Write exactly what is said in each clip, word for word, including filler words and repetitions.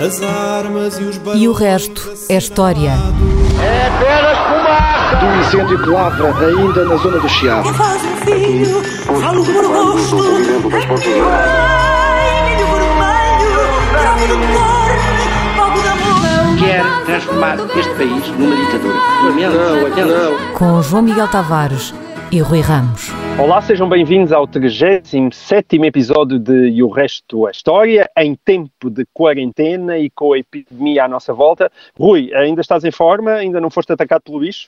As armas e os E o resto é história. É apenas fumaça! Do incêndio que lavra ainda na zona do Chiado. Que faz um filho, falo do meu rosto. Ai, milho vermelho, grave do cor, fogo de amor. Quer transformar este país numa ditadura. Não, não. Com João Miguel Tavares e Rui Ramos. Olá, sejam bem-vindos ao trigésimo sétimo episódio de E o Resto é História, em tempo de quarentena e com a epidemia à nossa volta. Rui, ainda estás em forma? Ainda não foste atacado pelo bicho?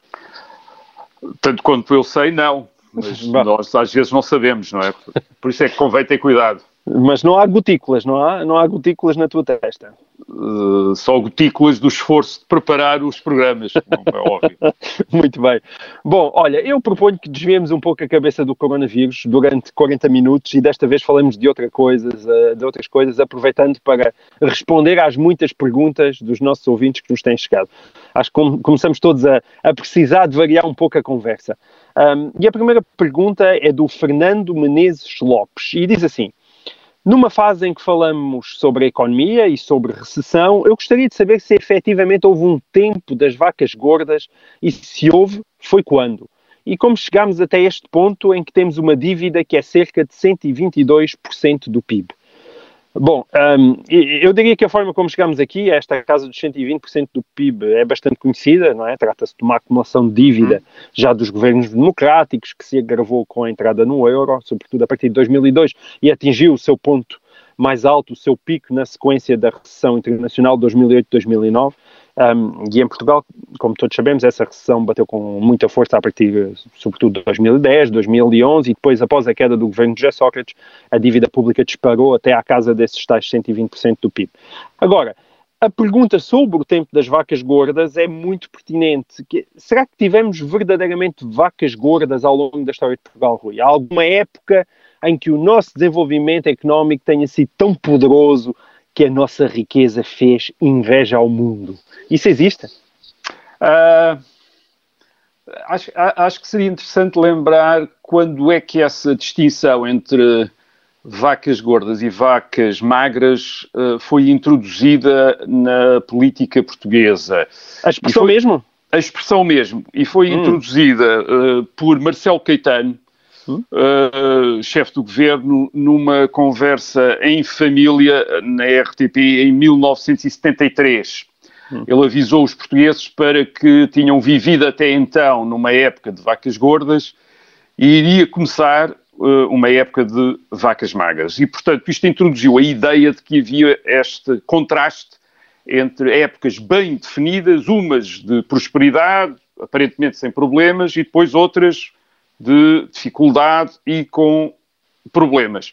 Tanto quanto eu sei, não. Mas nós às vezes não sabemos, não é? Por isso é que convém ter cuidado. Mas não há gotículas, não há? Não há gotículas na tua testa? Uh, só gotículas do esforço de preparar os programas, não é óbvio. Muito bem. Bom, olha, eu proponho que desviemos um pouco a cabeça do coronavírus durante quarenta minutos e desta vez falemos de, outra coisas, de outras coisas, aproveitando para responder às muitas perguntas dos nossos ouvintes que nos têm chegado. Acho que começamos todos a, a precisar de variar um pouco a conversa. Um, e a primeira pergunta é do Fernando Menezes Lopes e diz assim: numa fase em que falamos sobre a economia e sobre recessão, eu gostaria de saber se efetivamente houve um tempo das vacas gordas e se houve, foi quando? E como chegámos até este ponto em que temos uma dívida que é cerca de cento e vinte e dois por cento do P I B? Bom, um, eu diria que a forma como chegamos aqui, a esta casa dos cento e vinte por cento do P I B, é bastante conhecida, não é? Trata-se de uma acumulação de dívida já dos governos democráticos, que se agravou com a entrada no euro, sobretudo a partir de dois mil e dois, e atingiu o seu ponto mais alto, o seu pico na sequência da recessão internacional de dois mil e oito a dois mil e nove. Um, e em Portugal, como todos sabemos, essa recessão bateu com muita força a partir, sobretudo, de dois mil e dez, dois mil e onze, e depois, após a queda do governo de José Sócrates, a dívida pública disparou até à casa desses tais cento e vinte por cento do P I B. Agora, a pergunta sobre o tempo das vacas gordas é muito pertinente. Que, será que tivemos verdadeiramente vacas gordas ao longo da história de Portugal, Rui? Há alguma época em que o nosso desenvolvimento económico tenha sido tão poderoso que a nossa riqueza fez inveja ao mundo? Isso existe? Uh, acho, acho que seria interessante lembrar quando é que essa distinção entre vacas gordas e vacas magras uh, foi introduzida na política portuguesa. A expressão foi, mesmo? A expressão mesmo. E foi hum. introduzida uh, por Marcelo Caetano, Hum? Uh, chefe do governo, numa conversa em família na R T P em mil novecentos e setenta e três. Hum. Ele avisou os portugueses para que tinham vivido até então numa época de vacas gordas e iria começar uh, uma época de vacas magras. E, portanto, isto introduziu a ideia de que havia este contraste entre épocas bem definidas, umas de prosperidade, aparentemente sem problemas, e depois outras de dificuldade e com problemas.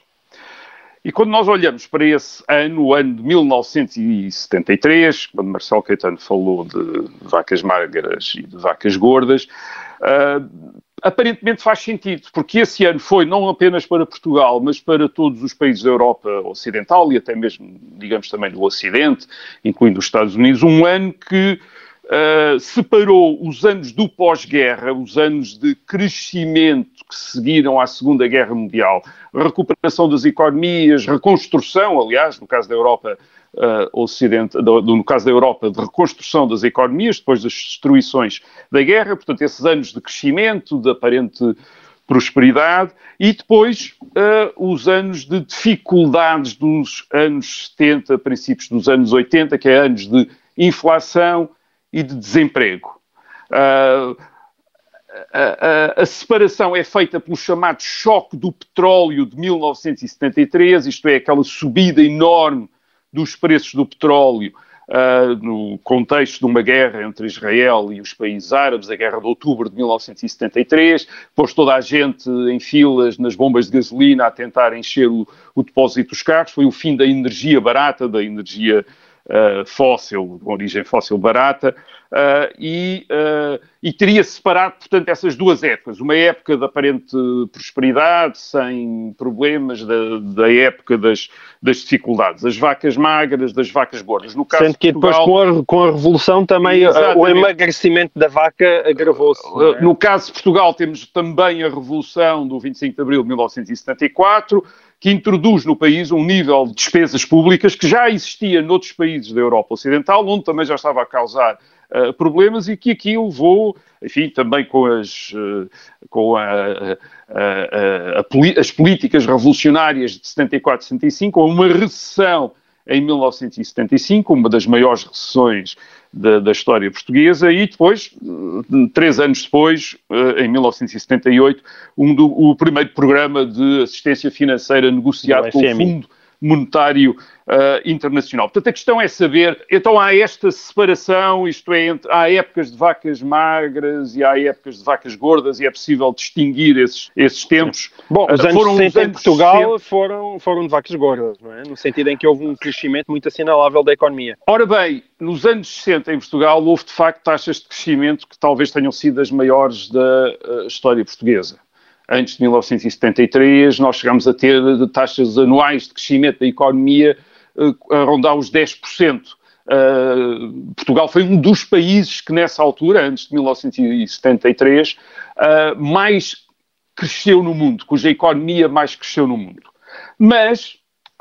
E quando nós olhamos para esse ano, o ano de mil novecentos e setenta e três, quando Marcelo Caetano falou de vacas magras e de vacas gordas, uh, aparentemente faz sentido, porque esse ano foi não apenas para Portugal, mas para todos os países da Europa Ocidental e até mesmo, digamos, também do Ocidente, incluindo os Estados Unidos, um ano que Uh, separou os anos do pós-guerra, os anos de crescimento que seguiram à Segunda Guerra Mundial, recuperação das economias, reconstrução, aliás, no caso da Europa uh, Ocidente, do, no caso da Europa, de reconstrução das economias depois das destruições da guerra, portanto, esses anos de crescimento, de aparente prosperidade, e depois uh, os anos de dificuldades dos anos setenta, princípios dos anos oitenta, que é anos de inflação e de desemprego. Uh, a, a, a separação é feita pelo chamado choque do petróleo de mil novecentos e setenta e três, isto é, aquela subida enorme dos preços do petróleo uh, no contexto de uma guerra entre Israel e os países árabes, a guerra de outubro de mil novecentos e setenta e três, pôs toda a gente em filas nas bombas de gasolina a tentar encher o, o depósito dos carros, foi o fim da energia barata, da energia Uh, fóssil, com origem fóssil barata, uh, e, uh, e teria separado, portanto, essas duas épocas. Uma época de aparente prosperidade, sem problemas, da, da época das, das dificuldades. As vacas magras, das vacas gordas. No caso Sendo que Portugal, depois, com a, com a Revolução, também uh, o emagrecimento da vaca agravou-se. Uh, no caso de Portugal, temos também a Revolução do vinte e cinco de Abril de mil novecentos e setenta e quatro, que introduz no país um nível de despesas públicas que já existia noutros países da Europa Ocidental, onde também já estava a causar uh, problemas e que aqui levou, enfim, também com as, uh, com a, a, a, a, as políticas revolucionárias de setenta e quatro a setenta e cinco, a uma recessão em mil novecentos e setenta e cinco, uma das maiores recessões da, da história portuguesa, e depois, três anos depois, em mil novecentos e setenta e oito, um do, o primeiro programa de assistência financeira negociado com o Fundo Monetário uh, Internacional. Portanto, a questão é saber, então há esta separação, isto é, entre, há épocas de vacas magras e há épocas de vacas gordas, e é possível distinguir esses, esses tempos. Bom, os anos foram sessenta os em Portugal sessenta foram, foram de vacas gordas, não é? No sentido em que houve um crescimento muito assinalável da economia. Ora bem, nos anos sessenta em Portugal houve de facto taxas de crescimento que talvez tenham sido as maiores da uh, história portuguesa. Antes de mil novecentos e setenta e três, nós chegamos a ter taxas anuais de crescimento da economia uh, a rondar os dez por cento. Uh, Portugal foi um dos países que nessa altura, antes de mil novecentos e setenta e três, uh, mais cresceu no mundo, cuja economia mais cresceu no mundo. Mas,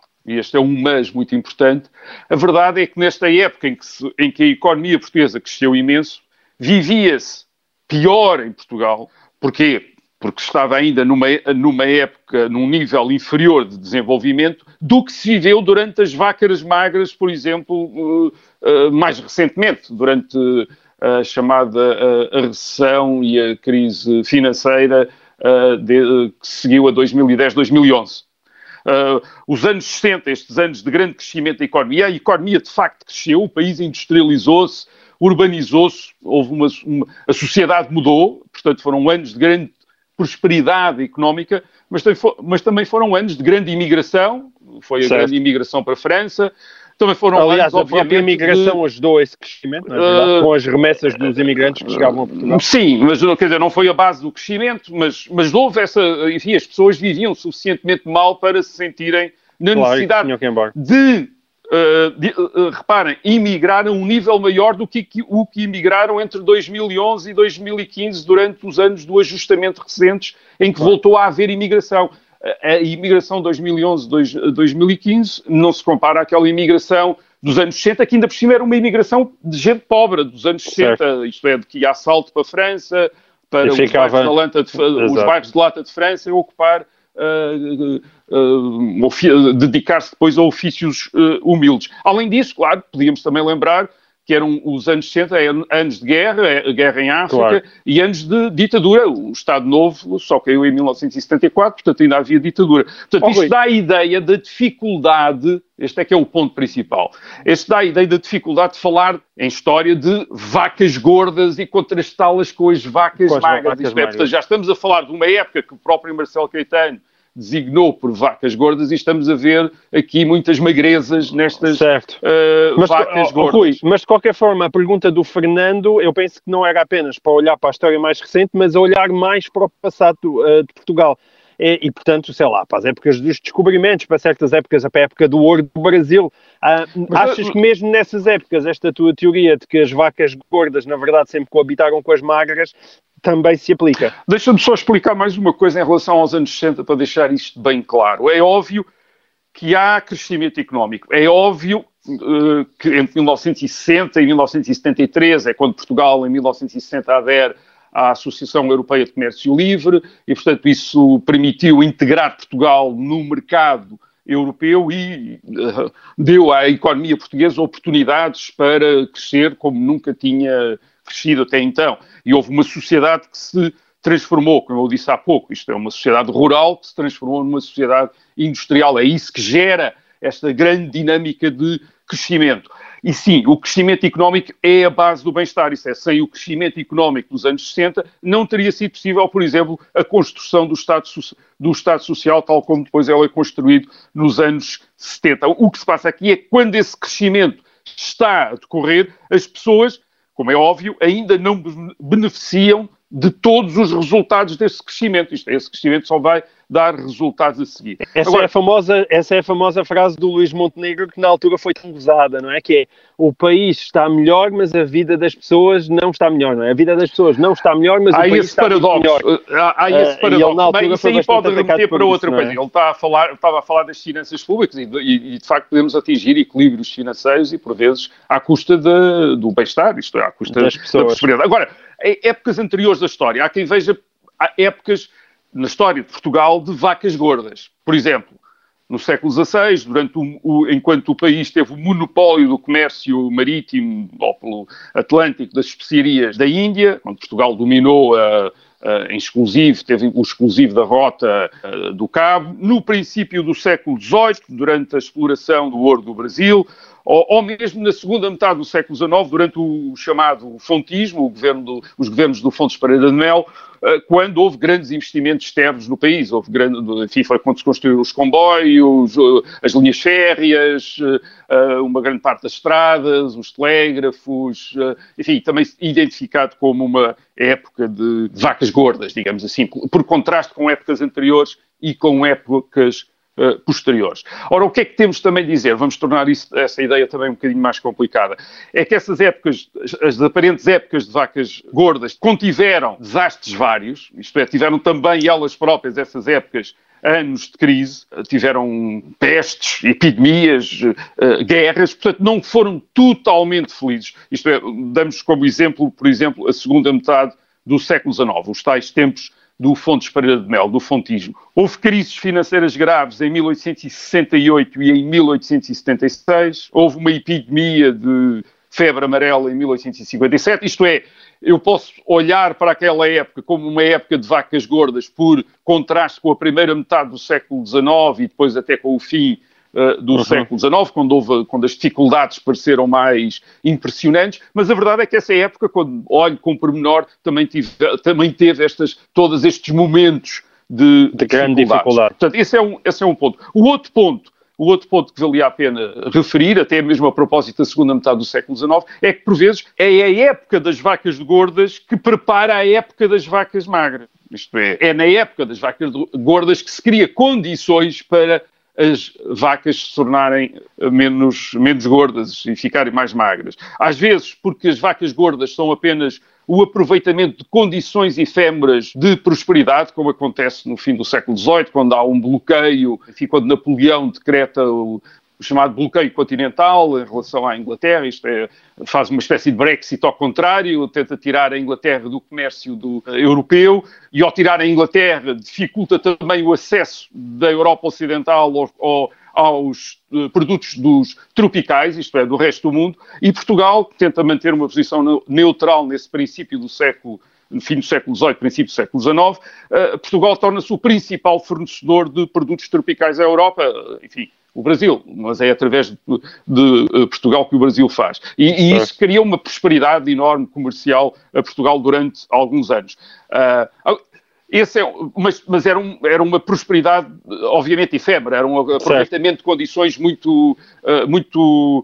e este é um mas muito importante, a verdade é que nesta época em que, se, em que a economia portuguesa cresceu imenso, vivia-se pior em Portugal. Porquê? Porque estava ainda numa, numa época, num nível inferior de desenvolvimento do que se viveu durante as vacas magras, por exemplo, uh, uh, mais recentemente, durante a chamada uh, a recessão e a crise financeira uh, de, uh, que seguiu a dois mil e dez, dois mil e onze. Uh, os anos sessenta, estes anos de grande crescimento da economia, a economia de facto cresceu, o país industrializou-se, urbanizou-se, houve uma, uma, a sociedade mudou, portanto foram anos de grande prosperidade económica, mas, mas também foram anos de grande imigração, foi a certo. grande imigração para a França, também foram Aliás, anos, a própria imigração de... ajudou a esse crescimento, não é verdade? Uh, com as remessas dos imigrantes que chegavam a Portugal. Sim, mas quer dizer, não foi a base do crescimento, mas, mas houve essa, enfim, as pessoas viviam suficientemente mal para se sentirem na claro, necessidade de, uh, de uh, reparem, imigrar a um nível maior do que, que o que imigraram entre dois mil e onze e dois mil e quinze, durante os anos do ajustamento recentes, em que claro. voltou a haver imigração. A imigração de dois mil e onze a dois mil e quinze não se compara àquela imigração dos anos sessenta, que ainda por cima era uma imigração de gente pobre, dos anos sessenta, certo. isto é, de que ia assalto para a França, para os, ficava... bairros, de lata de, os bairros de lata de França, e ocupar, uh, uh, uh, dedicar-se depois a ofícios uh, humildes. Além disso, claro, podíamos também lembrar que eram os anos sessenta, anos de guerra, guerra em África, claro. e anos de ditadura. O Estado Novo só caiu em mil novecentos e setenta e quatro, portanto ainda havia ditadura. Portanto, oh, isto Rui. dá a ideia da dificuldade, este é que é o ponto principal, este dá a ideia da dificuldade de falar em história de vacas gordas e contrastá-las com as vacas com as magras. Vacas isto é, portanto, já estamos a falar de uma época que o próprio Marcelo Caetano designou por vacas gordas, e estamos a ver aqui muitas magrezas nestas uh, mas, vacas oh, gordas. Rui, mas de qualquer forma, a pergunta do Fernando, eu penso que não era apenas para olhar para a história mais recente, mas a olhar mais para o passado uh, de Portugal. E, e, portanto, sei lá, para as épocas dos descobrimentos, para certas épocas, para a época do ouro do Brasil. Uh, mas, achas que mesmo nessas épocas, esta tua teoria de que as vacas gordas, na verdade, sempre coabitaram com as magras, também se aplica? Deixa-me só explicar mais uma coisa em relação aos anos sessenta, para deixar isto bem claro. É óbvio que há crescimento económico. É óbvio uh, que entre mil novecentos e sessenta e mil novecentos e setenta e três, é quando Portugal, em mil novecentos e sessenta, adere à Associação Europeia de Comércio Livre, e, portanto, isso permitiu integrar Portugal no mercado europeu e uh, deu à economia portuguesa oportunidades para crescer como nunca tinha crescido até então. E houve uma sociedade que se transformou, como eu disse há pouco, isto é uma sociedade rural que se transformou numa sociedade industrial. É isso que gera esta grande dinâmica de crescimento. E sim, o crescimento económico é a base do bem-estar. Isso é, sem o crescimento económico dos anos sessenta, não teria sido possível, por exemplo, a construção do Estado, do Estado Social, tal como depois ela é construído nos anos setenta. O que se passa aqui é que, quando esse crescimento está a decorrer, as pessoas, como é óbvio, ainda não beneficiam de todos os resultados desse crescimento. Isto é, esse crescimento só vai dar resultados a seguir. Essa, Agora, é a famosa, essa é a famosa frase do Luís Montenegro, que na altura foi tão usada, não é? Que é, o país está melhor, mas a vida das pessoas não está melhor, não é? A vida das pessoas não está melhor, mas há o país esse está paradoxo, melhor. Há, há esse Uh, paradoxo. Bem, isso aí pode remeter para outra isso, coisa. é? Ele está a falar, estava a falar das finanças públicas e, e, e, de facto, podemos atingir equilíbrios financeiros e, por vezes, à custa de, do bem-estar, isto é, à custa das pessoas. Da prosperidade. Agora, em épocas anteriores da história, há quem veja há épocas na história de Portugal de vacas gordas. Por exemplo, no século dezasseis, durante o, o, enquanto o país teve o monopólio do comércio marítimo ou pelo Atlântico das especiarias da Índia, quando Portugal dominou a Uh, em exclusivo, teve o exclusivo da rota uh, do Cabo. No princípio do século dezoito, durante a exploração do ouro do Brasil, ou, ou mesmo na segunda metade do século dezanove, durante o chamado fontismo, o governo do, os governos do Fontes Pereira de Mel, uh, quando houve grandes investimentos externos no país. Houve grande, enfim, foi quando se construíram os comboios, uh, as linhas férreas, uh, uma grande parte das estradas, os telégrafos, uh, enfim, também identificado como uma época de vacas gordas, digamos assim, por contraste com épocas anteriores e com épocas uh, posteriores. Ora, o que é que temos também de dizer? Vamos tornar isso, essa ideia também um bocadinho mais complicada. É que essas épocas, as aparentes épocas de vacas gordas, contiveram desastres vários, isto é, tiveram também elas próprias, essas épocas, anos de crise, tiveram pestes, epidemias, uh, guerras, portanto não foram totalmente felizes. Isto é, damos como exemplo, por exemplo, a segunda metade do século dezanove, os tais tempos do Fontes Pereira de Mel, do fontismo. Houve crises financeiras graves em mil oitocentos e sessenta e oito e em mil oitocentos e setenta e seis, houve uma epidemia de febre amarela em mil oitocentos e cinquenta e sete, isto é, eu posso olhar para aquela época como uma época de vacas gordas por contraste com a primeira metade do século dezanove e depois até com o fim uh, do uhum. século dezanove, quando, houve, quando as dificuldades pareceram mais impressionantes, mas a verdade é que essa época, quando olho com pormenor, também, tive, também teve estas, todos estes momentos de, de grande dificuldade. Portanto, esse é, um, esse é um ponto. O outro ponto, O outro ponto que valia a pena referir, até mesmo a propósito da segunda metade do século dezanove, é que, por vezes, é a época das vacas gordas que prepara a época das vacas magras. Isto é, é na época das vacas gordas que se cria condições para as vacas se tornarem menos, menos gordas e ficarem mais magras. Às vezes, porque as vacas gordas são apenas o aproveitamento de condições efêmeras de prosperidade, como acontece no fim do século dezoito, quando há um bloqueio, enfim, quando Napoleão decreta o, o chamado bloqueio continental em relação à Inglaterra, isto é, faz uma espécie de Brexit ao contrário, tenta tirar a Inglaterra do comércio do, uh, europeu, e ao tirar a Inglaterra dificulta também o acesso da Europa Ocidental ao, ao aos uh, produtos dos tropicais, isto é, do resto do mundo, e Portugal tenta manter uma posição neutral nesse princípio do século, no fim do século dezoito, princípio do século dezanove. Uh, Portugal torna-se o principal fornecedor de produtos tropicais à Europa, uh, enfim, o Brasil, mas é através de, de uh, Portugal que o Brasil faz. E, e isso cria uma prosperidade enorme comercial a Portugal durante alguns anos. Uh, Esse é, mas mas era, um, era uma prosperidade, obviamente, efêmera, era um aproveitamento certo. De condições muito, uh, muito,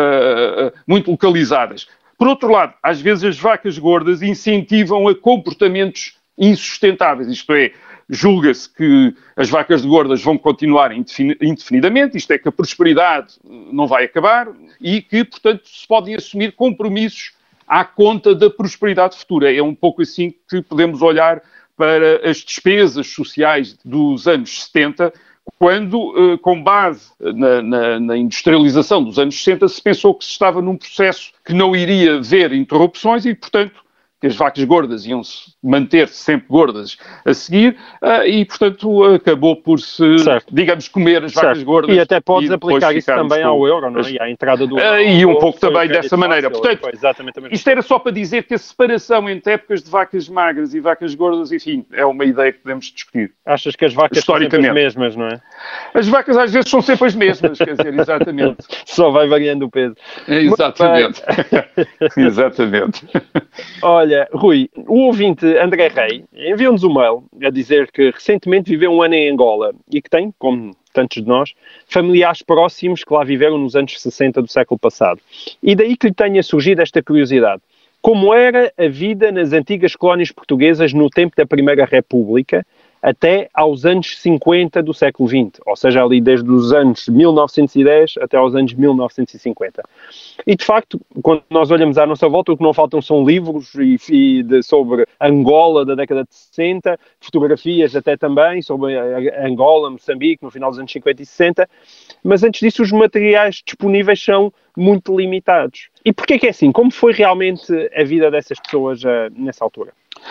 uh, muito localizadas. Por outro lado, às vezes as vacas gordas incentivam a comportamentos insustentáveis, isto é, julga-se que as vacas gordas vão continuar indefinidamente, isto é, que a prosperidade não vai acabar e que, portanto, se podem assumir compromissos à conta da prosperidade futura. É um pouco assim que podemos olhar para as despesas sociais dos anos setenta, quando, com base na, na, na industrialização dos anos sessenta, se pensou que se estava num processo que não iria haver interrupções e, portanto, que as vacas gordas iam manter-se sempre gordas a seguir e, portanto, acabou por se, certo. digamos, comer as certo. vacas gordas. E até podes e aplicar isso também com... ao euro, não é? E à entrada do euro. E um pouco também dessa maneira. Fácil, portanto, isto era só para dizer que a separação entre épocas de vacas magras e vacas gordas, enfim, é uma ideia que podemos discutir. Achas que as vacas são sempre as mesmas, não é? As vacas às vezes são sempre as mesmas, quer dizer, exatamente. Só vai variando o peso. É, exatamente. Exatamente. Olha, Rui, o ouvinte André Rei enviou-nos um mail a dizer que recentemente viveu um ano em Angola e que tem, como tantos de nós, familiares próximos que lá viveram nos anos sessenta do século passado. E daí que lhe tenha surgido esta curiosidade. Como era a vida nas antigas colónias portuguesas no tempo da Primeira República, até aos anos cinquenta do século vinte, ou seja, ali desde os anos mil novecentos e dez até aos anos mil novecentos e cinquenta. E, de facto, quando nós olhamos à nossa volta, o que não faltam são livros e, e de, sobre Angola da década de sessenta, fotografias até também sobre Angola, Moçambique, no final dos anos cinquenta e sessenta, mas antes disso os materiais disponíveis são muito limitados. E porquê que é assim? Como foi realmente a vida dessas pessoas uh, nessa altura?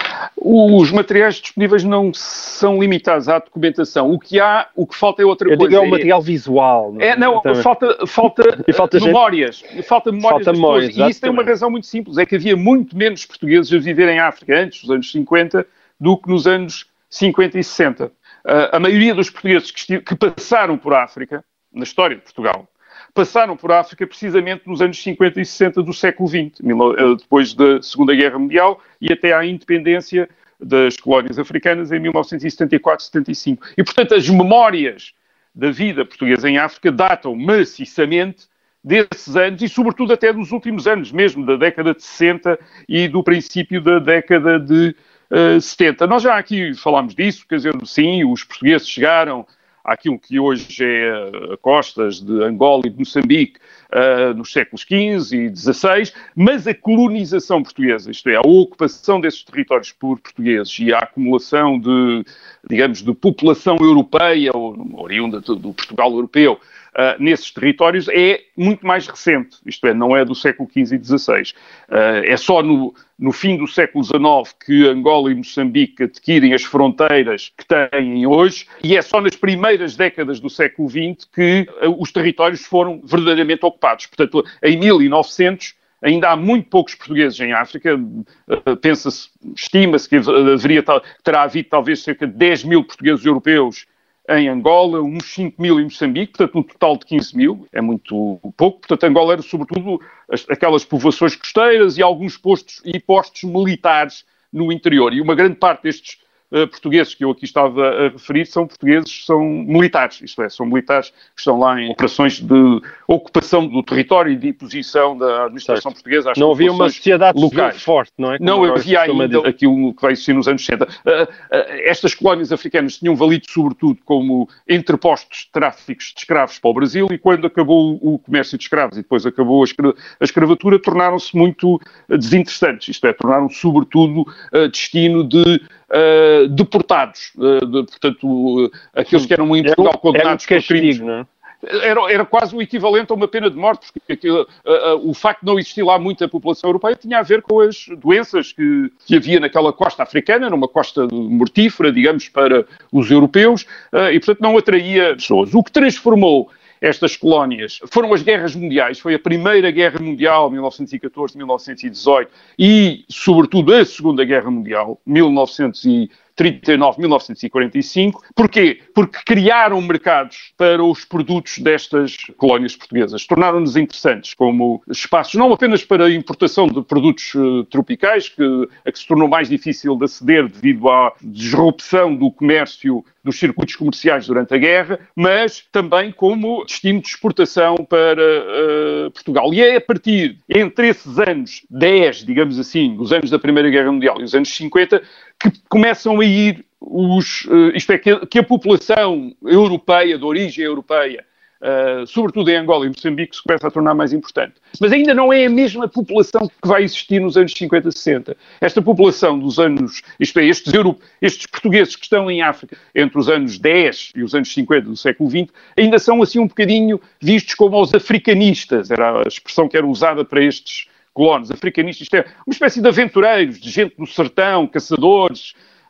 Os materiais disponíveis não são limitados à documentação. O que há, o que falta é outra Eu coisa. Digo é o material visual. Não é? É, não, então, falta, falta, falta memórias. Falta memórias falta das memórias, pessoas. E isso tem uma razão muito simples. É que havia muito menos portugueses a viver em África antes dos anos cinquenta do que nos anos cinquenta e sessenta. Uh, a maioria dos portugueses que, estive, que passaram por África, na história de Portugal, passaram por África precisamente nos anos cinquenta e sessenta do século vinte, depois da Segunda Guerra Mundial e até à independência das colónias africanas em mil novecentos e setenta e quatro, setenta e cinco. E, portanto, as memórias da vida portuguesa em África datam maciçamente desses anos e, sobretudo, até dos últimos anos, mesmo da década de sessenta e do princípio da década de uh, setenta. Nós já aqui falámos disso, quer dizer, sim, os portugueses chegaram àquilo que hoje é costas de Angola e de Moçambique uh, nos séculos quinze e dezasseis, mas a colonização portuguesa, isto é, a ocupação desses territórios por portugueses e a acumulação de, digamos, de população europeia, ou oriunda do, do Portugal europeu, Uh, nesses territórios é muito mais recente, isto é, não é do século quinze e dezasseis. Uh, é só no, no fim do século dezanove que Angola e Moçambique adquirem as fronteiras que têm hoje e é só nas primeiras décadas do século vinte que uh, os territórios foram verdadeiramente ocupados. Portanto, em mil e novecentos ainda há muito poucos portugueses em África. Uh, pensa-se, estima-se que haveria, terá havido talvez cerca de dez mil portugueses europeus em Angola, uns cinco mil em Moçambique, portanto, um total de quinze mil, é muito pouco. Portanto, Angola era, sobretudo, as, aquelas povoações costeiras e alguns postos e postos militares no interior. E uma grande parte destes uh, portugueses que eu aqui estava a referir são portugueses, são militares, isto é, são militares que estão lá em operações de ocupação do território e de imposição da administração certo. portuguesa às Não havia uma sociedade locais forte, não é? Como não havia ainda aquilo que vai existir nos anos sessenta. Uh, uh, estas colónias africanas tinham valido sobretudo como entrepostos de tráficos de escravos para o Brasil e quando acabou o comércio de escravos e depois acabou a, escra a escravatura, tornaram-se muito uh, desinteressantes, isto é, tornaram-se sobretudo uh, destino de uh, deportados, uh, de, portanto, uh, aqueles que eram em Portugal condenados por crimes. Não é? Era, era quase o equivalente a uma pena de morte, porque aquilo, uh, uh, o facto de não existir lá muita população europeia tinha a ver com as doenças que, que havia naquela costa africana, era uma costa mortífera, digamos, para os europeus, uh, e portanto não atraía pessoas. O que transformou estas colónias foram as guerras mundiais, foi a Primeira Guerra Mundial, mil novecentos e catorze, mil novecentos e dezoito, e, sobretudo, a Segunda Guerra Mundial, mil novecentos e trinta e nove, mil novecentos e quarenta e cinco. Porquê? Porque criaram mercados para os produtos destas colónias portuguesas. Tornaram-nos interessantes como espaços, não apenas para a importação de produtos uh, tropicais, que, a que se tornou mais difícil de aceder devido à disrupção do comércio dos circuitos comerciais durante a guerra, mas também como destino de exportação para uh, Portugal. E é a partir, entre esses anos dez, digamos assim, os anos da Primeira Guerra Mundial e os anos cinquenta, que começam a ir os, uh, isto é, que a, que a população europeia, de origem europeia, uh, sobretudo em Angola e Moçambique, se começa a tornar mais importante. Mas ainda não é a mesma população que vai existir nos anos cinquenta, sessenta. Esta população dos anos, isto é, estes, euro, estes portugueses que estão em África entre os anos dez e os anos cinquenta do século vinte, ainda são assim um bocadinho vistos como os africanistas, era a expressão que era usada para estes colonos, africanistas, isto é, uma espécie de aventureiros, de gente do sertão, caçadores.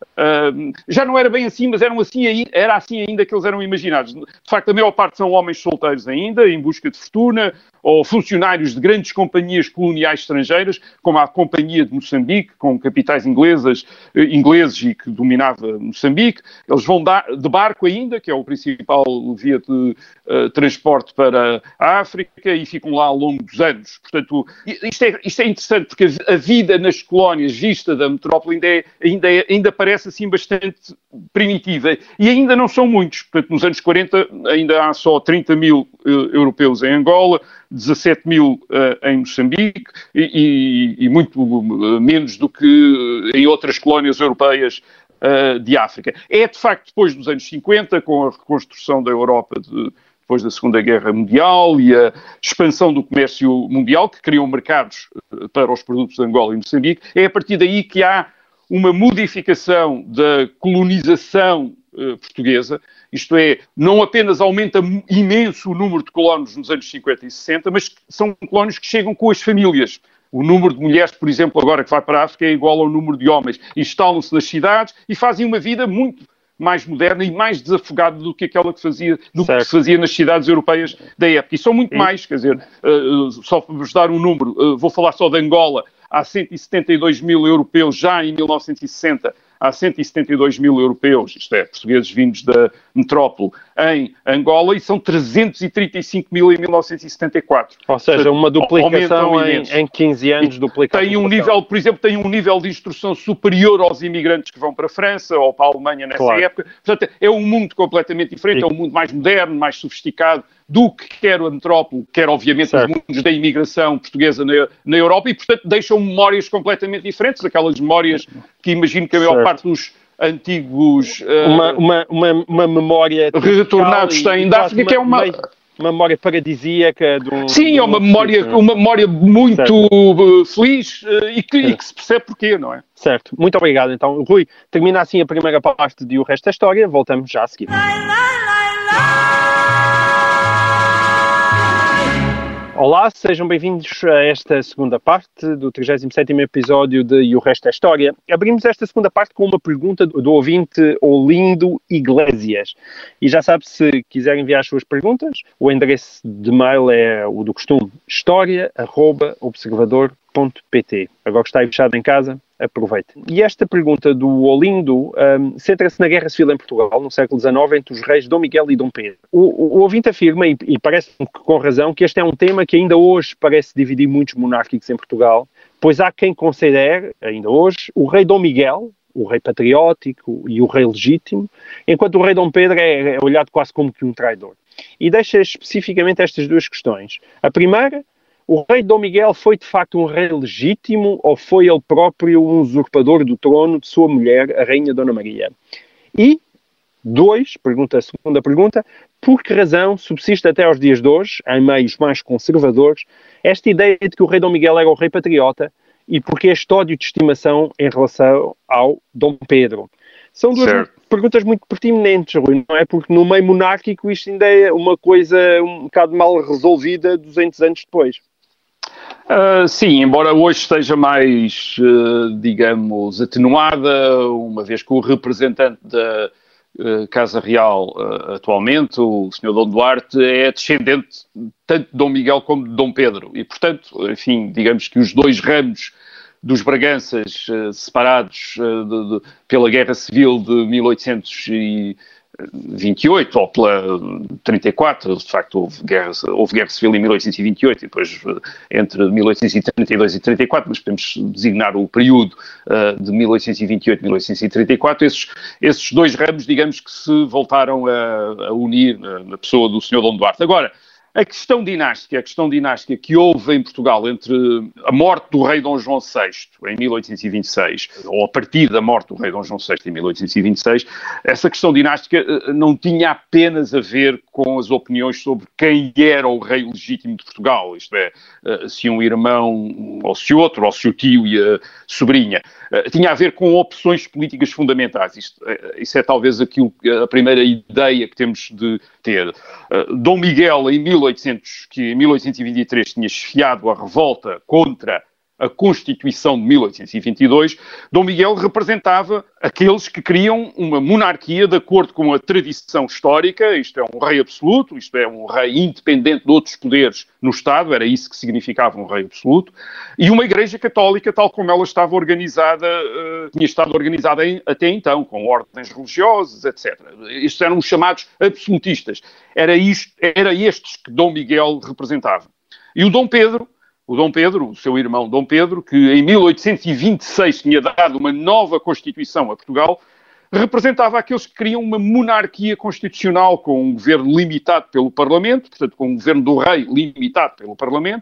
Uh, já não era bem assim, mas eram assim, era assim ainda que eles eram imaginados. De facto, a maior parte são homens solteiros ainda, em busca de fortuna, ou funcionários de grandes companhias coloniais estrangeiras, como a Companhia de Moçambique, com capitais inglesas, ingleses e que dominava Moçambique. Eles vão de barco ainda, que é o principal via de uh, transporte para a África, e ficam lá ao longo dos anos. Portanto, isto é, isto é interessante, porque a vida nas colónias, vista da metrópole, ainda, é, ainda, é, ainda parece assim bastante primitiva. E ainda não são muitos. Portanto, nos anos quarenta ainda há só trinta mil uh, europeus em Angola, dezassete mil uh, em Moçambique e, e, e muito uh, menos do que em outras colónias europeias uh, de África. É, de facto, depois dos anos cinquenta, com a reconstrução da Europa de, depois da Segunda Guerra Mundial e a expansão do comércio mundial, que criam mercados uh, para os produtos de Angola e Moçambique, é a partir daí que há uma modificação da colonização uh, portuguesa, isto é, não apenas aumenta imenso o número de colonos nos anos cinquenta e sessenta, mas são colonos que chegam com as famílias. O número de mulheres, por exemplo, agora que vai para a África é igual ao número de homens. Instalam-se nas cidades e fazem uma vida muito mais moderna e mais desafogada do que aquela que, fazia, do que se fazia nas cidades europeias da época. E são muito mais, quer dizer, uh, só para vos dar um número, uh, vou falar só de Angola, há cento e setenta e dois mil europeus já em mil novecentos e sessenta, há cento e setenta e dois mil europeus, isto é, portugueses vindos da metrópole, em Angola, e são trezentos e trinta e cinco mil em mil novecentos e setenta e quatro. Ou seja, uma duplicação em, em quinze anos, duplicação. Tem um nível, por exemplo, tem um nível de instrução superior aos imigrantes que vão para a França ou para a Alemanha nessa claro. época. Portanto, é um mundo completamente diferente, e... é um mundo mais moderno, mais sofisticado do que quer a metrópole, quer obviamente certo. os mundos da imigração portuguesa na, na Europa, e portanto deixam memórias completamente diferentes, aquelas memórias que imagino que a maior certo. parte dos antigos... Uh, uma, uma, uma, uma memória... retornados têm da África, que é uma... Uma memória paradisíaca de um... Sim, de um é uma memória, tipo, uma memória muito certo. feliz uh, e, que, e que se percebe porquê, não é? Certo. Muito obrigado, então. Rui, termina assim a primeira parte de O Resto da História. Voltamos já a seguir. Olá, sejam bem-vindos a esta segunda parte do trigésimo sétimo episódio de E o Resto da História. Abrimos esta segunda parte com uma pergunta do ouvinte Olindo Iglesias. E já sabe, se quiser enviar as suas perguntas, o endereço de mail é o do costume, história arroba observador ponto pt. Agora que está aí fechado em casa, aproveite. E esta pergunta do Olindo um, centra-se na Guerra Civil em Portugal, no século dezenove, entre os reis Dom Miguel e Dom Pedro. O, o, o ouvinte afirma, e, e parece-me que com razão, que este é um tema que ainda hoje parece dividir muitos monárquicos em Portugal, pois há quem considere, ainda hoje, o rei Dom Miguel, o rei patriótico e o rei legítimo, enquanto o rei Dom Pedro é, é olhado quase como que um traidor. E deixa especificamente estas duas questões. A primeira: o rei Dom Miguel foi de facto um rei legítimo ou foi ele próprio um usurpador do trono de sua mulher, a rainha Dona Maria? E, dois, pergunta, a segunda pergunta, por que razão subsiste até aos dias de hoje, em meios mais conservadores, esta ideia de que o rei Dom Miguel era o rei patriota e porque este ódio de estimação em relação ao Dom Pedro? São duas certo. perguntas muito pertinentes, Rui, não é? Porque no meio monárquico isto ainda é uma coisa um bocado mal resolvida duzentos anos depois. Uh, sim, embora hoje esteja mais, uh, digamos, atenuada, uma vez que o representante da uh, Casa Real uh, atualmente, o senhor Dom Duarte, é descendente tanto de Dom Miguel como de Dom Pedro. E, portanto, enfim, digamos que os dois ramos dos Braganças uh, separados uh, de, de, pela Guerra Civil de mil oitocentos e vinte e oito, ou pela trinta e quatro, de facto houve guerra, houve guerra civil em mil oitocentos e vinte e oito e depois entre mil oitocentos e trinta e dois e trinta e quatro, mas podemos designar o período uh, de mil oitocentos e vinte e oito a mil oitocentos e trinta e quatro, esses, esses dois ramos, digamos que se voltaram a, a unir na, na pessoa do senhor Dom Duarte. Agora, a questão dinástica, a questão dinástica que houve em Portugal entre a morte do rei Dom João sexto em mil oitocentos e vinte e seis, ou a partir da morte do rei Dom João sexto em mil oitocentos e vinte e seis, essa questão dinástica não tinha apenas a ver com as opiniões sobre quem era o rei legítimo de Portugal, isto é, se um irmão, ou se outro, ou se o tio e a sobrinha. Tinha a ver com opções políticas fundamentais. Isto, isso é talvez aquilo, a primeira ideia que temos de ter. Dom Miguel, em mil oitocentos, que em mil oitocentos e vinte e três tinha chefiado a revolta contra a Constituição de mil oitocentos e vinte e dois, Dom Miguel representava aqueles que queriam uma monarquia de acordo com a tradição histórica, isto é, um rei absoluto, isto é, um rei independente de outros poderes no Estado, era isso que significava um rei absoluto, e uma Igreja Católica tal como ela estava organizada, uh, tinha estado organizada em, até então, com ordens religiosas, etcétera. Estes eram os chamados absolutistas. Era, isto, era estes que Dom Miguel representava. E o Dom Pedro, O Dom Pedro, o seu irmão Dom Pedro, que em mil oitocentos e vinte e seis tinha dado uma nova Constituição a Portugal, representava aqueles que queriam uma monarquia constitucional com um governo limitado pelo Parlamento, portanto com um governo do rei limitado pelo Parlamento,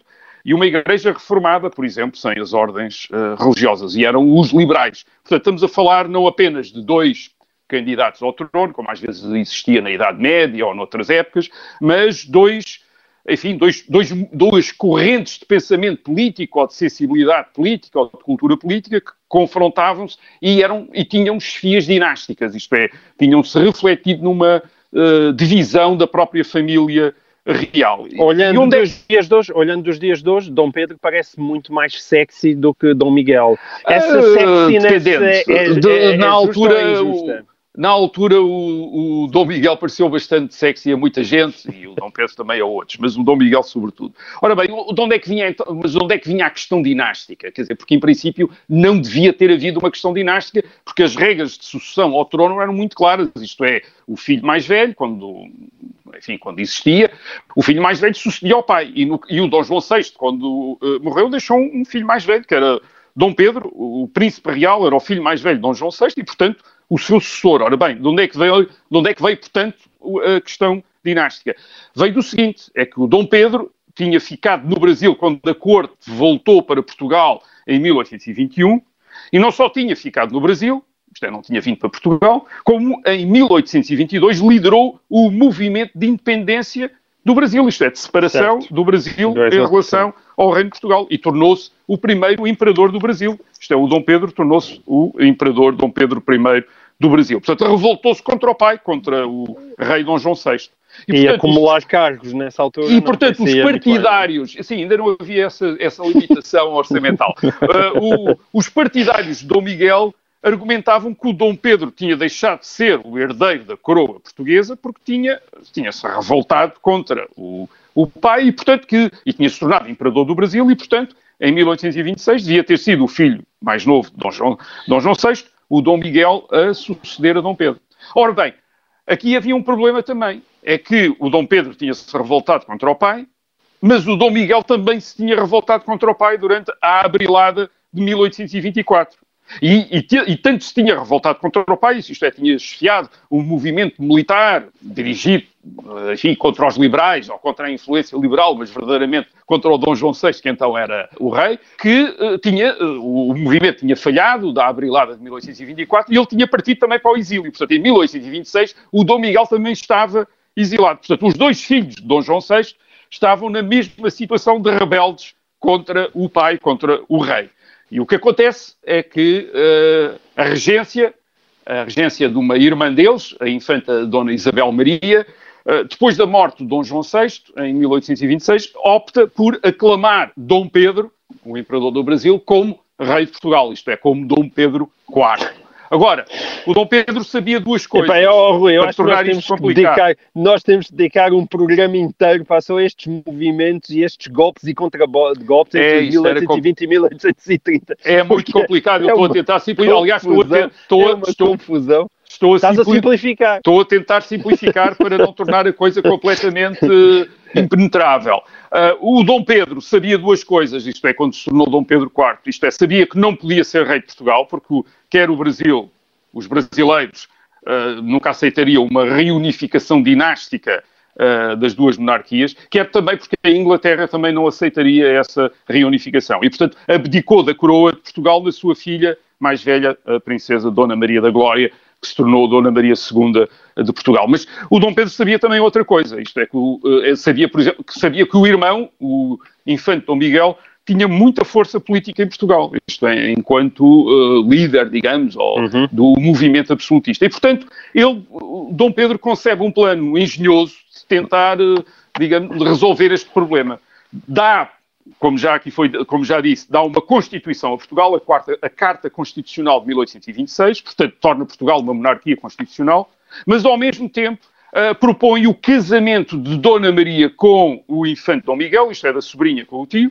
e uma igreja reformada, por exemplo, sem as ordens uh, religiosas, e eram os liberais. Portanto, estamos a falar não apenas de dois candidatos ao trono, como às vezes existia na Idade Média ou noutras épocas, mas dois, enfim, dois, dois, duas correntes de pensamento político ou de sensibilidade política ou de cultura política que confrontavam-se e, eram, e tinham chefias dinásticas, isto é, tinham-se refletido numa uh, divisão da própria família real. Olhando, onde dos é... dias de hoje, olhando dos dias de hoje, Dom Pedro parece muito mais sexy do que Dom Miguel. Essa uh, sexiness é, é, de, é, é na altura, o, na altura o, o Dom Miguel pareceu bastante sexy a muita gente, e o Dom Pedro também a outros, mas o Dom Miguel sobretudo. Ora bem, de onde é que vinha, mas de onde é que vinha a questão dinástica? Quer dizer, porque em princípio não devia ter havido uma questão dinástica, porque as regras de sucessão ao trono eram muito claras, isto é, o filho mais velho, quando... enfim, quando existia, o filho mais velho sucedia ao pai. E, no, e o Dom João sexto, quando uh, morreu, deixou um, um filho mais velho, que era Dom Pedro, o, o príncipe real, era o filho mais velho de Dom João sexto, e, portanto, o seu sucessor. Ora bem, de onde é que veio, de onde é que veio portanto, a questão dinástica? Veio do seguinte, é que o Dom Pedro tinha ficado no Brasil quando a corte voltou para Portugal em mil oitocentos e vinte e um, e não só tinha ficado no Brasil, isto é, não tinha vindo para Portugal, como em mil oitocentos e vinte e dois liderou o movimento de independência do Brasil, isto é, de separação certo. do Brasil em relação ao Reino de Portugal, e tornou-se o primeiro imperador do Brasil. Isto é, o Dom Pedro tornou-se o imperador Dom Pedro I do Brasil. Portanto, revoltou-se contra o pai, contra o rei Dom João sexto. E, e portanto, acumular os... cargos nessa altura. E, portanto, os partidários... Sim, ainda não havia essa, essa limitação orçamental. uh, o, os partidários de Dom Miguel argumentavam que o Dom Pedro tinha deixado de ser o herdeiro da coroa portuguesa porque tinha, tinha-se revoltado contra o, o pai e, portanto, que, e tinha-se tornado imperador do Brasil e, portanto, em mil oitocentos e vinte e seis devia ter sido o filho mais novo de Dom João, Dom João sexto, o Dom Miguel, a suceder a Dom Pedro. Ora bem, aqui havia um problema também, é que o Dom Pedro tinha-se revoltado contra o pai, mas o Dom Miguel também se tinha revoltado contra o pai durante a abrilada de mil oitocentos e vinte e quatro. E, e, e tanto se tinha revoltado contra o pai, isto é, tinha esfiado um movimento militar dirigido, enfim, contra os liberais, ou contra a influência liberal, mas verdadeiramente contra o Dom João sexto, que então era o rei, que uh, tinha, uh, o movimento tinha falhado da abrilada de mil oitocentos e vinte e quatro e ele tinha partido também para o exílio. Portanto, em mil oitocentos e vinte e seis, o Dom Miguel também estava exilado. Portanto, os dois filhos de Dom João sexto estavam na mesma situação de rebeldes contra o pai, contra o rei. E o que acontece é que uh, a regência, a regência de uma irmã deles, a infanta Dona Isabel Maria, uh, depois da morte de Dom João sexto, em mil oitocentos e vinte e seis, opta por aclamar Dom Pedro, o imperador do Brasil, como rei de Portugal, isto é, como Dom Pedro quarto. Agora, o Dom Pedro sabia duas coisas. Epá, oh, Rui, eu acho que nós temos que, dedicar, nós temos de dedicar um programa inteiro para só estes movimentos e estes golpes e contra-golpes é, entre mil oitocentos e vinte e mil oitocentos e trinta. É muito complicado, eu estou a tentar simplificar. Aliás, estou a tentar... Estou, é uma estou, confusão. Estou a Estás simpli... a simplificar. Estou a tentar simplificar para não tornar a coisa completamente uh, impenetrável. Uh, o Dom Pedro sabia duas coisas, isto é, quando se tornou Dom Pedro quarto, isto é, sabia que não podia ser rei de Portugal, porque quer o Brasil, os brasileiros, uh, nunca aceitariam uma reunificação dinástica uh, das duas monarquias, quer também porque a Inglaterra também não aceitaria essa reunificação. E, portanto, abdicou da coroa de Portugal na sua filha mais velha, a princesa Dona Maria da Glória, que se tornou Dona Maria segunda de Portugal. Mas o Dom Pedro sabia também outra coisa, isto é, que o, uh, sabia, por exemplo, que sabia que o irmão, o infante Dom Miguel, tinha muita força política em Portugal, isto é, enquanto uh, líder, digamos, ou, uhum. do movimento absolutista. E, portanto, ele, Dom Pedro, concebe um plano engenhoso de tentar, uh, digamos, resolver este problema. Dá, como já aqui foi, como já disse, dá uma Constituição a Portugal, a, quarta, a Carta Constitucional de mil oitocentos e vinte e seis, portanto, torna Portugal uma monarquia constitucional, mas, ao mesmo tempo, uh, propõe o casamento de Dona Maria com o infante Dom Miguel, isto é, da sobrinha com o tio,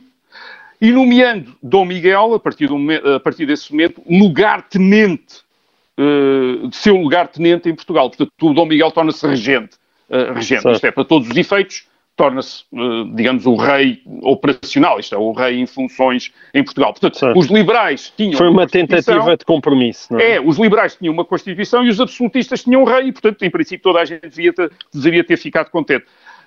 e nomeando Dom Miguel, a partir, do, a partir desse momento, lugar-tenente, uh, de seu lugar-tenente em Portugal. Portanto, o Dom Miguel torna-se regente. Uh, regente, isto é, para todos os efeitos, torna-se, uh, digamos, o rei operacional, isto é, o rei em funções em Portugal. Portanto, certo. Os liberais tinham Foi uma, uma tentativa de compromisso, não é? É, os liberais tinham uma Constituição e os absolutistas tinham um rei, e, portanto, em princípio, toda a gente devia ter, deveria ter ficado contente.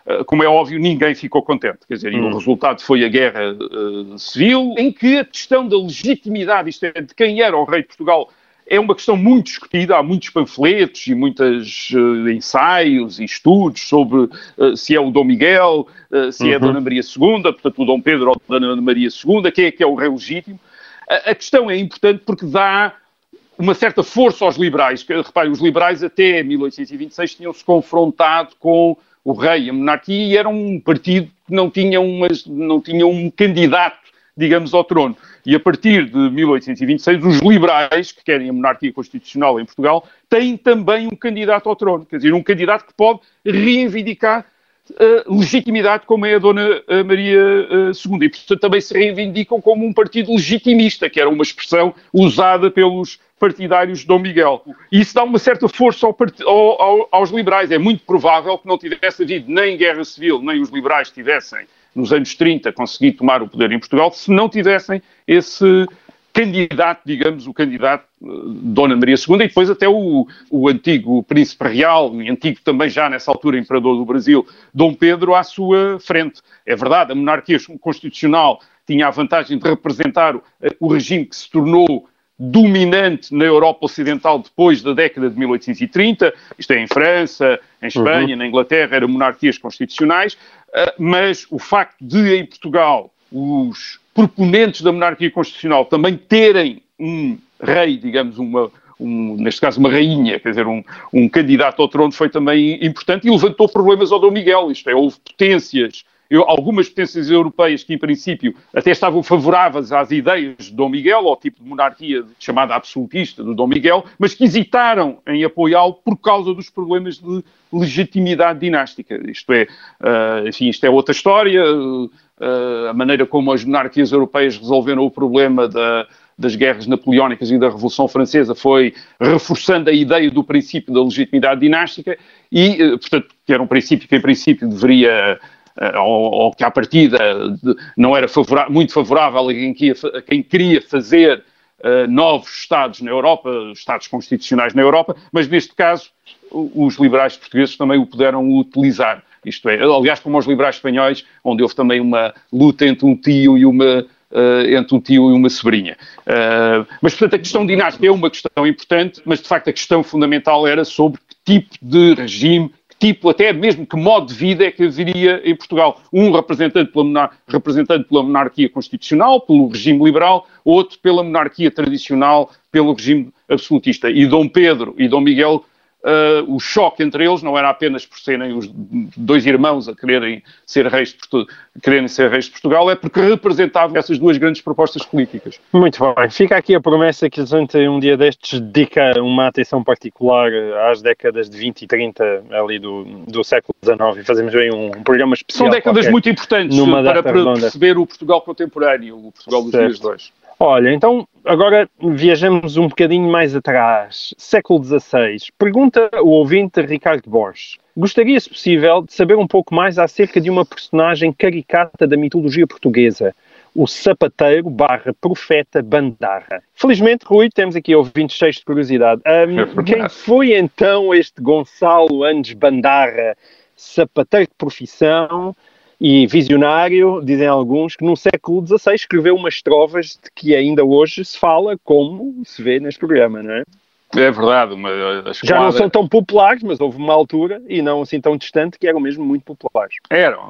como é óbvio, ninguém ficou contente. Quer dizer, hum. e o resultado foi a guerra uh, civil, em que a questão da legitimidade, isto é, de quem era o rei de Portugal, é uma questão muito discutida. Há muitos panfletos e muitos uh, ensaios e estudos sobre uh, se é o Dom Miguel, uh, se uhum. é a Dona Maria segunda, portanto o Dom Pedro ou a Dona Maria segunda, quem é que é o rei legítimo. A, a questão é importante porque dá uma certa força aos liberais. Reparem, os liberais até mil oitocentos e vinte e seis tinham-se confrontado com o rei, a monarquia, e era um partido que não tinha, umas, não tinha um candidato, digamos, ao trono. E a partir de mil oitocentos e vinte e seis, os liberais, que querem a monarquia constitucional em Portugal, têm também um candidato ao trono. Quer dizer, um candidato que pode reivindicar uh, legitimidade, como é a Dona uh, Maria uh, segunda. E, portanto, também se reivindicam como um partido legitimista, que era uma expressão usada pelos partidários de Dom Miguel. E isso dá uma certa força ao part... ao, ao, aos liberais. É muito provável que não tivesse havido nem guerra civil, nem os liberais tivessem, nos anos trinta, conseguido tomar o poder em Portugal, se não tivessem esse candidato, digamos, o candidato uh, Dona Maria segunda, e depois até o, o antigo príncipe real, e antigo também já nessa altura imperador do Brasil, Dom Pedro, à sua frente. É verdade, a monarquia constitucional tinha a vantagem de representar uh, o regime que se tornou dominante na Europa Ocidental depois da década de mil oitocentos e trinta, isto é, em França, em Espanha, uhum. na Inglaterra, eram monarquias constitucionais, uh, mas o facto de, em Portugal, os proponentes da monarquia constitucional também terem um rei, digamos, uma, um, neste caso uma rainha, quer dizer, um, um candidato ao trono, foi também importante e levantou problemas ao Dom Miguel, isto é, houve potências, Eu, algumas potências europeias que, em princípio, até estavam favoráveis às ideias de Dom Miguel, ao tipo de monarquia chamada absolutista do Dom Miguel, mas que hesitaram em apoiá-lo por causa dos problemas de legitimidade dinástica. Isto é, uh, enfim, isto é outra história. Uh, a maneira como as monarquias europeias resolveram o problema da, das guerras napoleónicas e da Revolução Francesa foi reforçando a ideia do princípio da legitimidade dinástica e, uh, portanto, que era um princípio que, em princípio, deveria... Uh, ou, ou que à partida de, não era favora, muito favorável a quem, queria, a quem queria fazer uh, novos Estados na Europa, Estados constitucionais na Europa, mas neste caso os liberais portugueses também o puderam utilizar. Isto é, aliás, como os liberais espanhóis, onde houve também uma luta entre um tio e uma, uh, entre um tio e uma sobrinha. Uh, mas, portanto, a questão dinástica é uma questão importante, mas, de facto, a questão fundamental era sobre que tipo de regime, tipo, até mesmo que modo de vida é que haveria em Portugal. Um representante pela, monar- representante pela monarquia constitucional, pelo regime liberal, outro pela monarquia tradicional, pelo regime absolutista. E Dom Pedro e Dom Miguel, uh, o choque entre eles não era apenas por serem os dois irmãos a quererem ser reis de, Portu- quererem ser reis de Portugal, é porque representavam essas duas grandes propostas políticas. Muito bem. Fica aqui a promessa que a gente um dia destes dedica uma atenção particular às décadas de vinte e trinta ali do, do século dezenove e fazemos aí um, um programa especial. São décadas muito importantes para, para perceber o Portugal contemporâneo, o Portugal dos certo. dias de hoje. Olha, então agora viajamos um bocadinho mais atrás, século dezasseis. Pergunta o ouvinte Ricardo Borges. Gostaria, se possível, de saber um pouco mais acerca de uma personagem caricata da mitologia portuguesa, o sapateiro barra profeta Bandarra. Felizmente, Rui, temos aqui ouvintes cheios de curiosidade. Um, quem foi então este Gonçalo Andes Bandarra, sapateiro de profissão e visionário, dizem alguns, que no século dezasseis escreveu umas trovas de que ainda hoje se fala, como se vê neste programa, não é? É verdade. Uma, a esquadra... Já não são tão populares, mas houve uma altura, e não assim tão distante, que eram mesmo muito populares. Eram.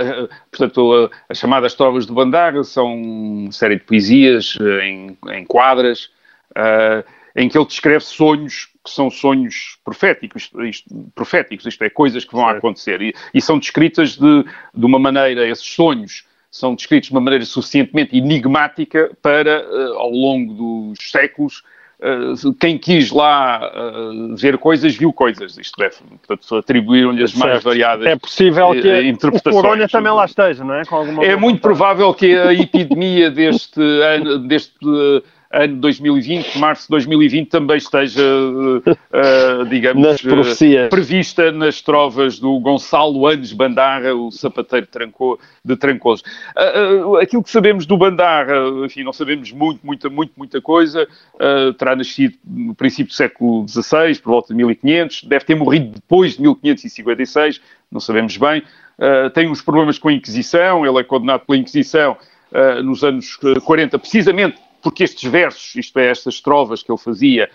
Portanto, as chamadas trovas de Bandarra são uma série de poesias em, em quadras, uh, em que ele descreve sonhos que são sonhos proféticos, isto, isto, proféticos, isto é, coisas que vão certo. acontecer. E, e são descritas de, de uma maneira, esses sonhos são descritos de uma maneira suficientemente enigmática para, uh, ao longo dos séculos, Uh, quem quis lá uh, ver coisas, viu coisas. Isto é, portanto, atribuíram-lhe as mais variadas é possível que uh, interpretações. O corona também lá esteja, não é? Com alguma é muito provável que a epidemia deste ano, deste uh, ano dois mil e vinte, março de dois mil e vinte, também esteja, uh, digamos, nas profecias. Uh, prevista nas trovas do Gonçalo Andes Bandarra, o sapateiro tranco, de Trancoso. Uh, uh, aquilo que sabemos do Bandarra, enfim, não sabemos muito, muita, muito, muita coisa. Uh, terá nascido no princípio do século dezasseis, por volta de mil e quinhentos, deve ter morrido depois de mil quinhentos e cinquenta e seis, não sabemos bem. uh, tem uns problemas com a Inquisição, ele é condenado pela Inquisição uh, nos anos quarenta, precisamente porque estes versos, isto é, estas estrofas que ele fazia,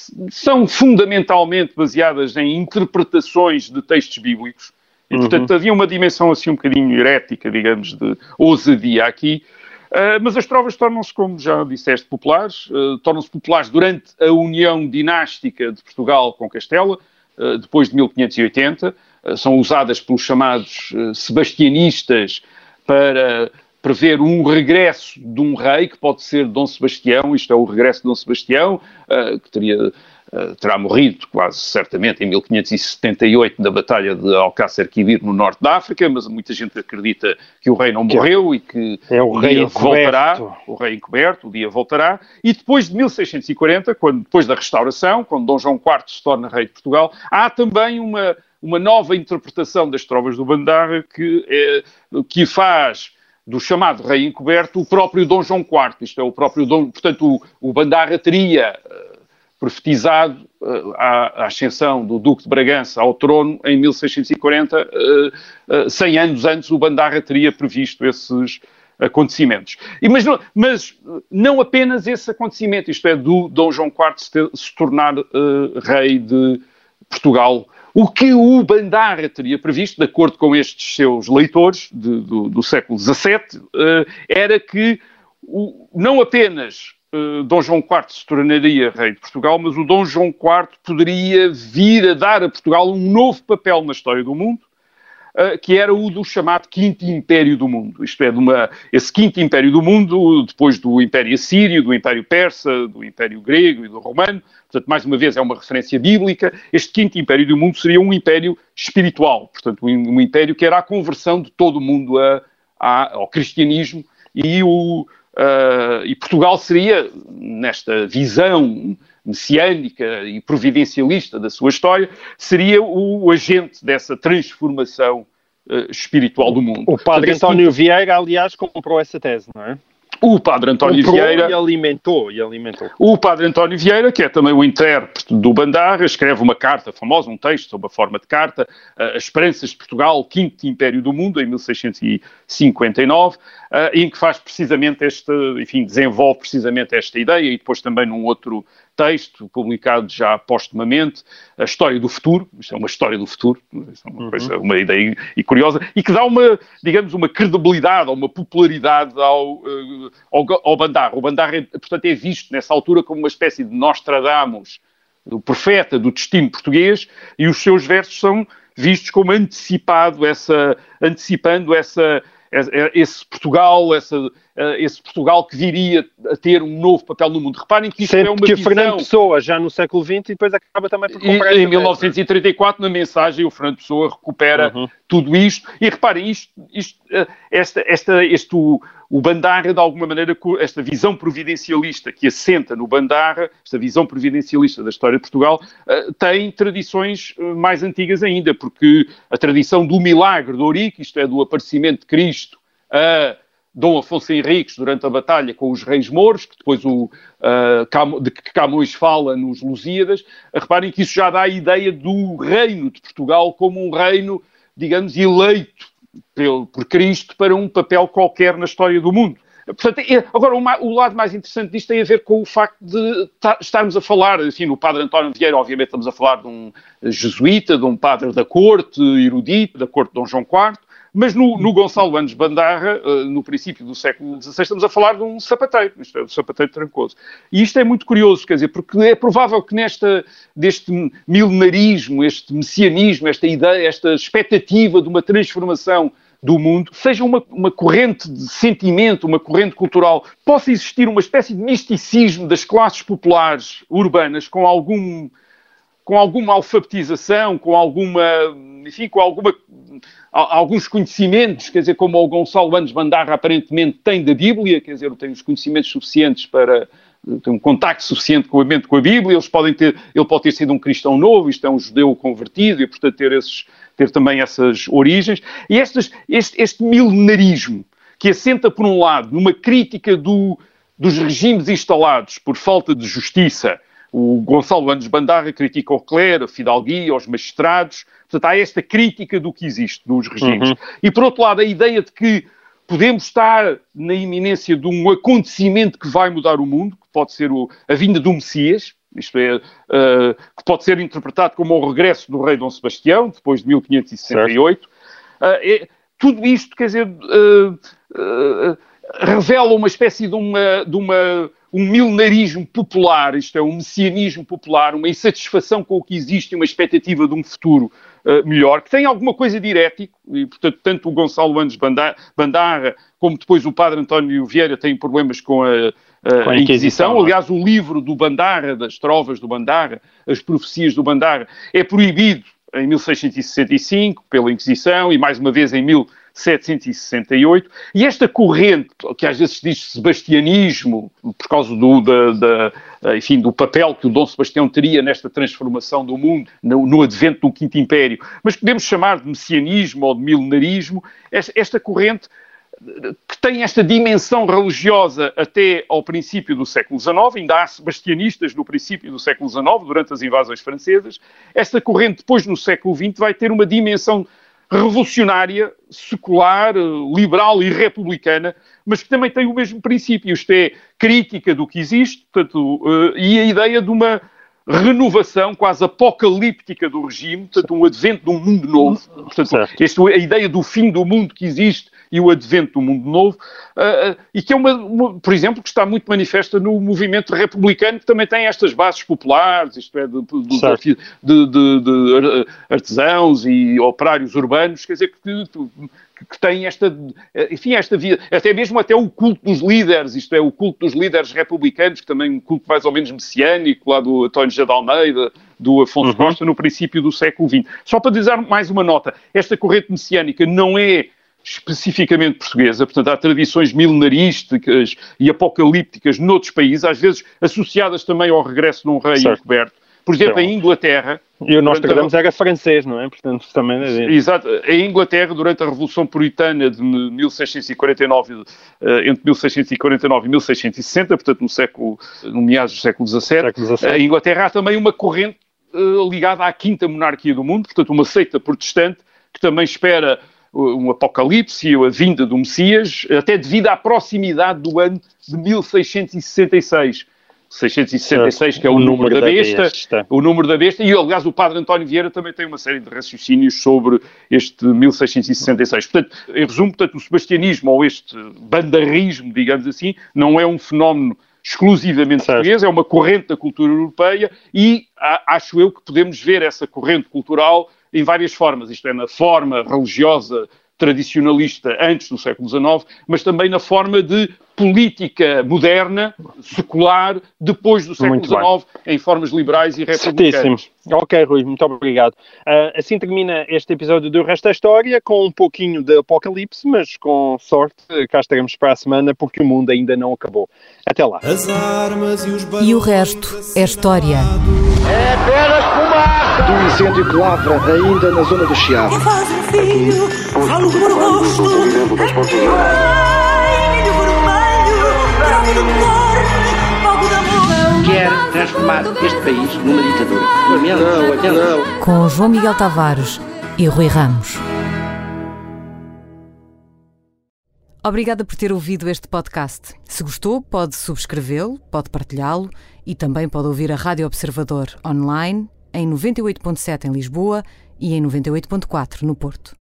são fundamentalmente baseadas em interpretações de textos bíblicos. E, portanto, uhum. havia uma dimensão assim um bocadinho herética, digamos, de ousadia aqui. Uh, mas as trovas tornam-se, como já disseste, populares. Uh, tornam-se populares durante a união dinástica de Portugal com Castela, uh, depois de mil quinhentos e oitenta. Uh, são usadas pelos chamados uh, sebastianistas para prever um regresso de um rei, que pode ser Dom Sebastião. Isto é o regresso de Dom Sebastião, uh, que teria... Uh, terá morrido quase certamente em mil quinhentos e setenta e oito na Batalha de Alcácer Quibir no norte da África, mas muita gente acredita que o rei não morreu e que é o rei dia voltará, encoberto. o rei encoberto, o dia voltará, e depois de mil seiscentos e quarenta, quando, depois da restauração, quando Dom João quarto se torna rei de Portugal, há também uma, uma nova interpretação das trovas do Bandarra que, é, que faz do chamado rei encoberto o próprio Dom João quarto, isto é, o próprio Dom, portanto o, o Bandarra teria profetizado uh, a, a ascensão do Duque de Bragança ao trono em mil seiscentos e quarenta, uh, uh, cem anos antes o Bandarra teria previsto esses acontecimentos. E, mas, não, mas não apenas esse acontecimento, isto é, do Dom João quarto se, ter, se tornar uh, rei de Portugal. O que o Bandarra teria previsto, de acordo com estes seus leitores de, do, do século dezassete, uh, era que o, não apenas Uh, Dom João quarto se tornaria rei de Portugal, mas o Dom João quarto poderia vir a dar a Portugal um novo papel na história do mundo, uh, que era o do chamado Quinto Império do Mundo. Isto é, de uma, esse Quinto Império do Mundo, depois do Império Assírio, do Império Persa, do Império Grego e do Romano. Portanto, mais uma vez, é uma referência bíblica. Este Quinto Império do Mundo seria um império espiritual, portanto, um, um império que era a conversão de todo o mundo a, a, ao cristianismo, e o Uh, e Portugal seria, nesta visão messiânica e providencialista da sua história, seria o, o agente dessa transformação uh, espiritual do mundo. O padre Portanto, António Vieira, aliás, comprou essa tese, não é? O padre António comprou Vieira... e alimentou, e alimentou. O padre António Vieira, que é também o intérprete do Bandarra, escreve uma carta famosa, um texto sob a forma de carta, uh, As Esperanças de Portugal, Quinto Império do Mundo, em mil seiscentos e cinquenta e nove, uh, em que faz precisamente esta, enfim, desenvolve precisamente esta ideia, e depois também num outro texto, publicado já postumamente, a história do futuro. Isto é uma história do futuro, isto é uma, uhum. coisa, uma ideia e curiosa, e que dá uma, digamos, uma credibilidade, uma popularidade ao, ao, ao Bandarra. O Bandarra, portanto, é visto nessa altura como uma espécie de Nostradamus, do profeta do destino português, e os seus versos são vistos como antecipado essa, antecipando essa, esse Portugal, essa, esse Portugal que viria a ter um novo papel no mundo. Reparem que isto Sendo é uma que visão... Fernando Pessoa, já no século vinte, e depois acaba também por comprar... E, em mil novecentos e trinta e quatro, na mensagem, o Fernando Pessoa recupera uhum. tudo isto. E reparem, isto, isto, esta, esta, este, o, o Bandarra, de alguma maneira, esta visão providencialista que assenta no Bandarra, esta visão providencialista da história de Portugal, tem tradições mais antigas ainda, porque a tradição do milagre de Ourique, isto é, do aparecimento de Cristo a Dom Afonso Henriques durante a batalha com os reis mouros, que depois o, uh, de que Camões fala nos Lusíadas, reparem que isso já dá a ideia do reino de Portugal como um reino, digamos, eleito por, por Cristo para um papel qualquer na história do mundo. Portanto, é, agora, o, o lado mais interessante disto tem a ver com o facto de estarmos a falar, enfim, no padre António Vieira, obviamente estamos a falar de um jesuíta, de um padre da corte, erudito, da corte de Dom João quarto, mas no, no Gonçalo Anos Bandarra, uh, no princípio do século dezasseis, estamos a falar de um sapateiro, isto é, do sapateiro Trancoso. E isto é muito curioso, quer dizer, porque é provável que nesta, deste milenarismo, este messianismo, esta ideia, esta expectativa de uma transformação do mundo, seja uma, uma corrente de sentimento, uma corrente cultural, possa existir uma espécie de misticismo das classes populares urbanas com algum... com alguma alfabetização, com alguma, enfim, com alguma, alguns conhecimentos, quer dizer, como o Gonçalo Anos Bandarra aparentemente tem da Bíblia, quer dizer, tem os conhecimentos suficientes para ter um contacto suficiente com a mente com a Bíblia, eles podem ter, ele pode ter sido um cristão novo, isto é um judeu convertido, e portanto ter, esses, ter também essas origens. E estas, este, este milenarismo, que assenta por um lado numa crítica do, dos regimes instalados por falta de justiça, O Gonçalo Anos Bandarra critica o clero, a fidalguia, os magistrados. Portanto, há esta crítica do que existe dos regimes. Uhum. E, por outro lado, a ideia de que podemos estar na iminência de um acontecimento que vai mudar o mundo, que pode ser o, a vinda do Messias, isto é, uh, que pode ser interpretado como o regresso do rei Dom Sebastião, depois de mil quinhentos e sessenta e oito. Uh, é, tudo isto, quer dizer, uh, uh, revela uma espécie de, uma, de uma, um milenarismo popular, isto é, um messianismo popular, uma insatisfação com o que existe e uma expectativa de um futuro uh, melhor, que tem alguma coisa de herético, e, portanto, tanto o Gonçalo Anos Bandarra como depois o padre António Vieira têm problemas com a, a, com a Inquisição. Aliás, o livro do Bandarra, das trovas do Bandarra, as profecias do Bandarra, é proibido em mil seiscentos e sessenta e cinco pela Inquisição e mais uma vez em mil setecentos e sessenta e oito, e esta corrente, que às vezes se diz sebastianismo, por causa do, da, da, enfim, do papel que o Dom Sebastião teria nesta transformação do mundo, no, no advento do Quinto Império, mas podemos chamar de messianismo ou de milenarismo, esta, esta corrente que tem esta dimensão religiosa até ao princípio do século dezenove, ainda há sebastianistas no princípio do século dezenove, durante as invasões francesas. Esta corrente, depois no século vinte, vai ter uma dimensão revolucionária, secular, liberal e republicana, mas que também tem o mesmo princípio, isto é, crítica do que existe, portanto, e a ideia de uma renovação quase apocalíptica do regime, portanto, um advento de um mundo novo, portanto, este, a ideia do fim do mundo que existe e o advento do mundo novo, uh, uh, e que é uma, uma, por exemplo, que está muito manifesta no movimento republicano, que também tem estas bases populares, isto é, de, de, de, de, de artesãos e operários urbanos, quer dizer, que, que, que tem esta, enfim, esta vida, até mesmo até o culto dos líderes, isto é, o culto dos líderes republicanos, que também é um culto mais ou menos messiânico, lá do António José de Almeida, do Afonso uhum. Costa, no princípio do século vinte. Só para dizer mais uma nota, esta corrente messiânica não é especificamente portuguesa, portanto há tradições milenarísticas e apocalípticas noutros países, às vezes associadas também ao regresso de um rei certo. encoberto. Por exemplo, certo. em Inglaterra... E o Nostradamus a... era francês, não é? Portanto, também é... Exato. Em Inglaterra, durante a Revolução Puritana de mil seiscentos e quarenta e nove, entre mil seiscentos e quarenta e nove e mil seiscentos e sessenta, portanto no século, no meados do século dezassete, século dezassete. Em Inglaterra há também uma corrente uh, ligada à quinta monarquia do mundo, portanto uma seita protestante que também espera um apocalipse, a vinda do Messias, até devido à proximidade do ano de mil seiscentos e sessenta e seis. seiscentos e sessenta e seis, que é o, o número da besta, besta, o número da besta, e aliás o padre António Vieira também tem uma série de raciocínios sobre este mil seiscentos e sessenta e seis. Portanto, em resumo, portanto, o sebastianismo, ou este bandarrismo, digamos assim, não é um fenómeno exclusivamente certo. português, é uma corrente da cultura europeia e acho eu que podemos ver essa corrente cultural em várias formas, isto é, na forma religiosa tradicionalista antes do século dezenove, mas também na forma de política moderna, secular, depois do século dezenove, em formas liberais e republicanas. Certíssimo. Ok, Rui, muito obrigado. Uh, assim termina este episódio do Resto da História, com um pouquinho de apocalipse, mas com sorte, cá estaremos para a semana, porque o mundo ainda não acabou. Até lá. E o resto é história. É apenas fumaça! Do incêndio que lavra ainda na zona do Chiado. Quem faz um filho, falo por rosto. Ai, milho vermelho, prova de cor, fogo de amor. Quer transformar este país numa ditadura. Não, não. Com João Miguel Tavares e Rui Ramos. Obrigada por ter ouvido este podcast. Se gostou, pode subscrevê-lo, pode partilhá-lo e também pode ouvir a Rádio Observador online em noventa e oito ponto sete em Lisboa e em noventa e oito ponto quatro no Porto.